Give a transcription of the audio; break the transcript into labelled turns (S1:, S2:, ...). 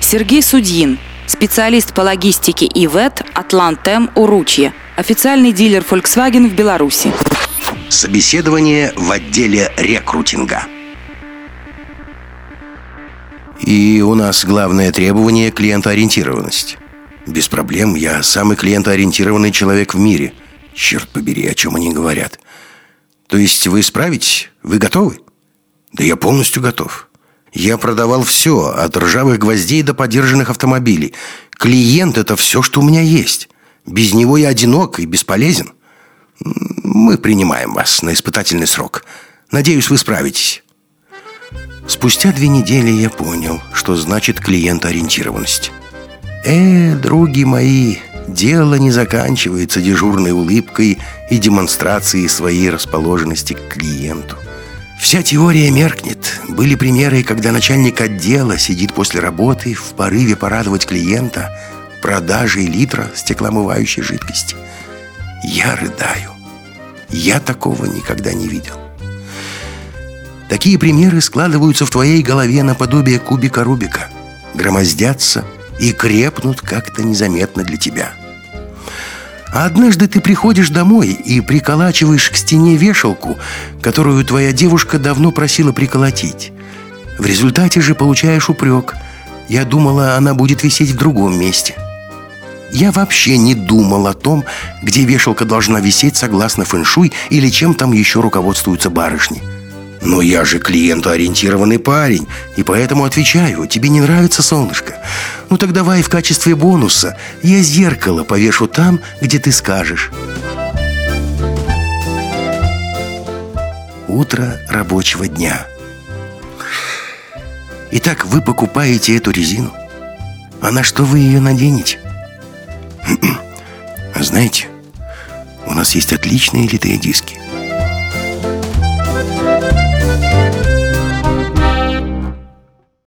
S1: Сергей Судьин, специалист по логистике ИВЭТ «Атлантем» Уручье, официальный дилер Volkswagen в Беларуси.
S2: Собеседование в отделе рекрутинга. И у нас главное требование – клиентоориентированность. Без проблем, я самый клиентоориентированный человек в мире. Черт побери, о чем они говорят. То есть вы справитесь? Вы готовы? Да я полностью готов. Я продавал все, от ржавых гвоздей до подержанных автомобилей. Клиент – это все, что у меня есть. Без него я одинок и бесполезен. Мы принимаем вас на испытательный срок. Надеюсь, вы справитесь. Спустя 2 недели я понял, что значит клиентоориентированность. Други мои, дело не заканчивается дежурной улыбкой и демонстрацией своей расположенности к клиенту. Вся теория меркнет. Были примеры, когда начальник отдела сидит после работы в порыве порадовать клиента продажей литра стеклоомывающей жидкости. Я рыдаю. Я такого никогда не видел. Такие примеры складываются в твоей голове наподобие кубика Рубика, громоздятся и крепнут как-то незаметно для тебя. А однажды ты приходишь домой и приколачиваешь к стене вешалку, которую твоя девушка давно просила приколотить. В результате же получаешь упрек. Я думала, она будет висеть в другом месте. Я вообще не думал о том, где вешалка должна висеть согласно фэн-шуй или чем там еще руководствуются барышни. Но я же клиентоориентированный парень, и поэтому отвечаю: тебе не нравится, солнышко? Ну так давай в качестве бонуса я зеркало повешу там, где ты скажешь. Утро рабочего дня. Итак, вы покупаете эту резину. А на что вы ее наденете? Знаете, у нас есть отличные литые диски.